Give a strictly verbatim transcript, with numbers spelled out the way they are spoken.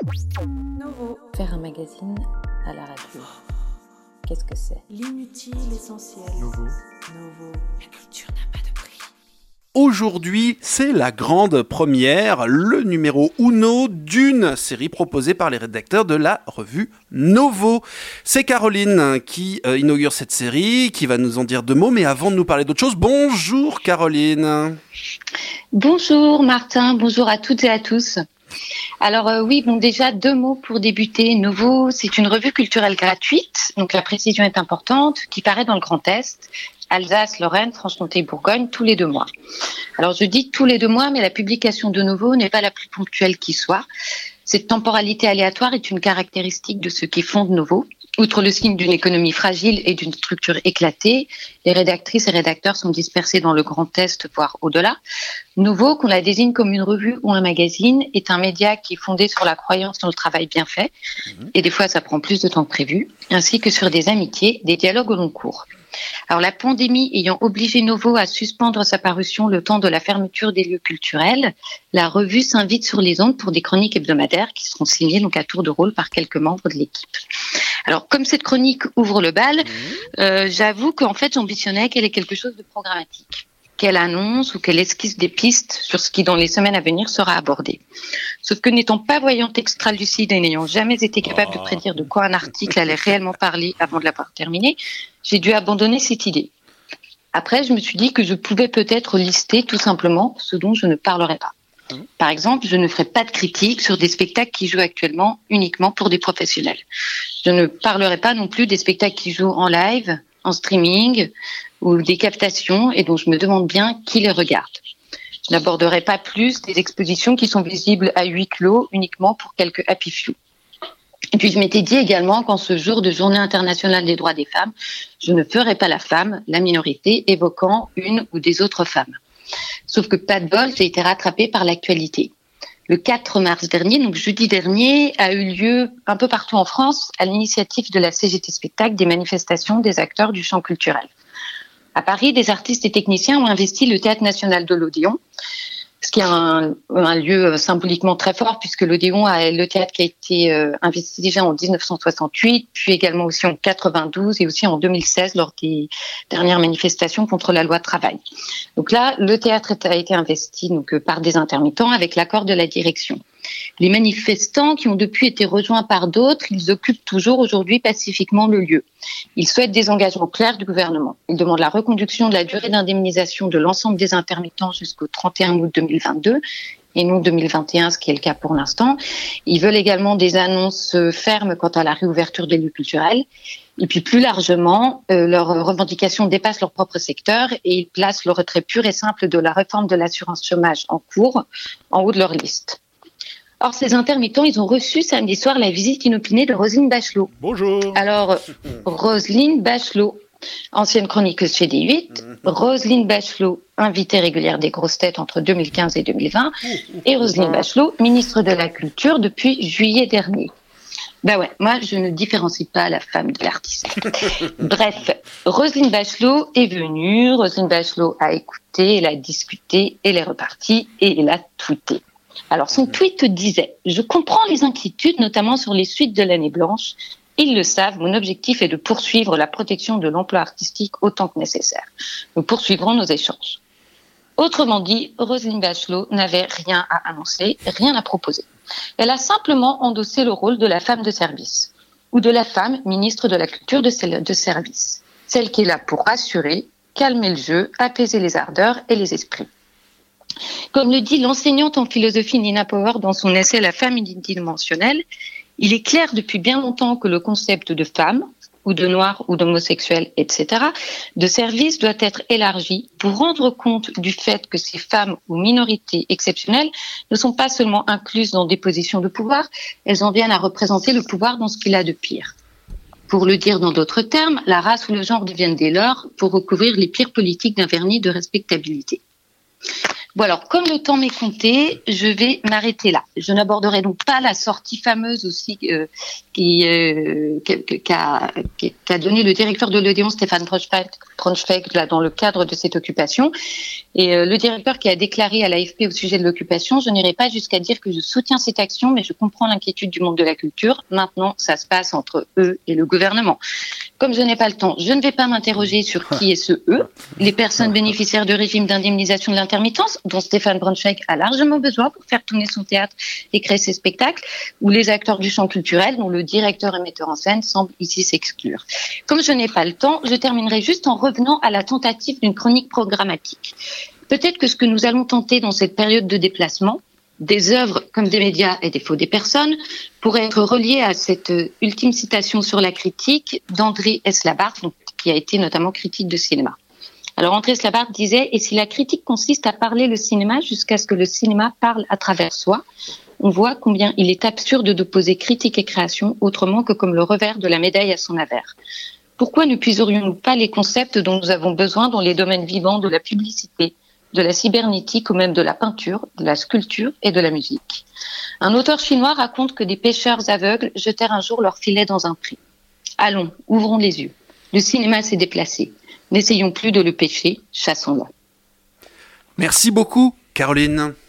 Novo. Faire un magazine à la radio. Qu'est-ce que c'est ? L'inutile essentiel. Nouveau. Novo. La culture n'a pas de prix. Aujourd'hui, c'est la grande première, le numéro uno d'une série proposée par les rédacteurs de la revue Novo. C'est Caroline qui euh, inaugure cette série, qui va nous en dire deux mots, mais avant de nous parler d'autre chose, bonjour Caroline. Bonjour Martin, bonjour à toutes et à tous. Alors euh, oui, bon déjà deux mots pour débuter. Novo, c'est une revue culturelle gratuite, donc la précision est importante, qui paraît dans le Grand Est, Alsace, Lorraine, Franche-Comté, Bourgogne, tous les deux mois. Alors je dis tous les deux mois, mais la publication de Novo n'est pas la plus ponctuelle qui soit. Cette temporalité aléatoire est une caractéristique de ce qui fonde Novo. Outre le signe d'une économie fragile et d'une structure éclatée, les rédactrices et rédacteurs sont dispersés dans le Grand Est, voire au-delà. Novo, qu'on la désigne comme une revue ou un magazine, est un média qui est fondé sur la croyance dans le travail bien fait, et des fois ça prend plus de temps que prévu, ainsi que sur des amitiés, des dialogues au long cours. Alors la pandémie ayant obligé Novo à suspendre sa parution le temps de la fermeture des lieux culturels, la revue s'invite sur les ondes pour des chroniques hebdomadaires qui seront signées donc à tour de rôle par quelques membres de l'équipe. Alors comme cette chronique ouvre le bal, euh, j'avoue qu'en fait j'ambitionnais qu'elle ait quelque chose de programmatique, qu'elle annonce ou qu'elle esquisse des pistes sur ce qui dans les semaines à venir sera abordé. Sauf que n'étant pas voyante extra lucide et n'ayant jamais été capable de prédire de quoi un article allait réellement parler avant de l'avoir terminé, j'ai dû abandonner cette idée. Après, je me suis dit que je pouvais peut-être lister tout simplement ce dont je ne parlerai pas. Par exemple, je ne ferai pas de critique sur des spectacles qui jouent actuellement uniquement pour des professionnels. Je ne parlerai pas non plus des spectacles qui jouent en live, en streaming ou des captations et dont je me demande bien qui les regarde. Je n'aborderai pas plus des expositions qui sont visibles à huis clos uniquement pour quelques happy few. Et puis je m'étais dit également qu'en ce jour de Journée internationale des droits des femmes, je ne ferai pas la femme, la minorité, évoquant une ou des autres femmes. Sauf que pas de bol, j'ai été rattrapée par l'actualité. Le quatre mars dernier, donc jeudi dernier, a eu lieu un peu partout en France, à l'initiative de la C G T Spectacle, des manifestations des acteurs du champ culturel. À Paris, des artistes et techniciens ont investi le Théâtre national de l'Odéon, ce qui est un, un lieu symboliquement très fort puisque l'Odéon a le théâtre qui a été euh, investi déjà en dix-neuf cent soixante-huit, puis également aussi en quatre-vingt-douze et aussi en deux mille seize lors des dernières manifestations contre la loi travail. Donc là, le théâtre a été investi donc par des intermittents avec l'accord de la direction. Les manifestants qui ont depuis été rejoints par d'autres, ils occupent toujours aujourd'hui pacifiquement le lieu. Ils souhaitent des engagements clairs du gouvernement. Ils demandent la reconduction de la durée d'indemnisation de l'ensemble des intermittents jusqu'au trente et un août deux mille vingt-deux et non deux mille vingt et un, ce qui est le cas pour l'instant. Ils veulent également des annonces fermes quant à la réouverture des lieux culturels. Et puis plus largement, euh, leurs revendications dépassent leur propre secteur et ils placent le retrait pur et simple de la réforme de l'assurance chômage en cours en haut de leur liste. Or, ces intermittents, ils ont reçu samedi soir la visite inopinée de Roselyne Bachelot. Bonjour. Alors, Roselyne Bachelot, ancienne chroniqueuse chez D huit, Roselyne Bachelot, invitée régulière des grosses têtes entre deux mille quinze et deux mille vingt, et Roselyne Bachelot, ministre de la Culture depuis juillet dernier. Ben ouais, moi, je ne différencie pas la femme de l'artiste. Bref, Roselyne Bachelot est venue, Roselyne Bachelot a écouté, elle a discuté, elle est repartie et elle a tweeté. Alors, son tweet disait « Je comprends les inquiétudes, notamment sur les suites de l'année blanche. Ils le savent, mon objectif est de poursuivre la protection de l'emploi artistique autant que nécessaire. Nous poursuivrons nos échanges. » Autrement dit, Roselyne Bachelot n'avait rien à annoncer, rien à proposer. Elle a simplement endossé le rôle de la femme de service, ou de la femme ministre de la Culture de service, celle qui est là pour rassurer, calmer le jeu, apaiser les ardeurs et les esprits. Comme le dit l'enseignante en philosophie Nina Power dans son essai « La femme unidimensionnelle », il est clair depuis bien longtemps que le concept de femme, ou de noir, ou d'homosexuel, et cetera, de service doit être élargi pour rendre compte du fait que ces femmes ou minorités exceptionnelles ne sont pas seulement incluses dans des positions de pouvoir, elles en viennent à représenter le pouvoir dans ce qu'il a de pire. Pour le dire dans d'autres termes, la race ou le genre deviennent des leurs pour recouvrir les pires politiques d'un vernis de respectabilité. Bon alors, comme le temps m'est compté, je vais m'arrêter là. Je n'aborderai donc pas la sortie fameuse aussi euh, qui, euh, qu'a, qu'a donné le directeur de l'Odéon, Stéphane Braunschweig, là, dans le cadre de cette occupation. Et euh, le directeur qui a déclaré à l'A F P au sujet de l'occupation, je n'irai pas jusqu'à dire que je soutiens cette action, mais je comprends l'inquiétude du monde de la culture. Maintenant, ça se passe entre eux et le gouvernement. Comme je n'ai pas le temps, je ne vais pas m'interroger sur qui est ce eux, les personnes bénéficiaires de régime d'indemnisation de l'intermittence, dont Stéphane Braunschweig a largement besoin pour faire tourner son théâtre et créer ses spectacles, ou les acteurs du champ culturel, dont le directeur et metteur en scène semble ici s'exclure. Comme je n'ai pas le temps, je terminerai juste en revenant à la tentative d'une chronique programmatique. Peut-être que ce que nous allons tenter dans cette période de déplacement, des œuvres comme des médias et des faux des personnes, pourrait être relié à cette ultime citation sur la critique d'André Eslavart, donc, qui a été notamment critique de cinéma. Alors André Eslavart disait « Et si la critique consiste à parler le cinéma jusqu'à ce que le cinéma parle à travers soi, on voit combien il est absurde d'opposer critique et création autrement que comme le revers de la médaille à son avers. Pourquoi ne puiserions-nous pas les concepts dont nous avons besoin dans les domaines vivants de la publicité, de la cybernétique ou même de la peinture, de la sculpture et de la musique. Un auteur chinois raconte que des pêcheurs aveugles jetèrent un jour leur filet dans un pré. Allons, ouvrons les yeux. Le cinéma s'est déplacé. N'essayons plus de le pêcher, chassons-le. Merci beaucoup, Caroline.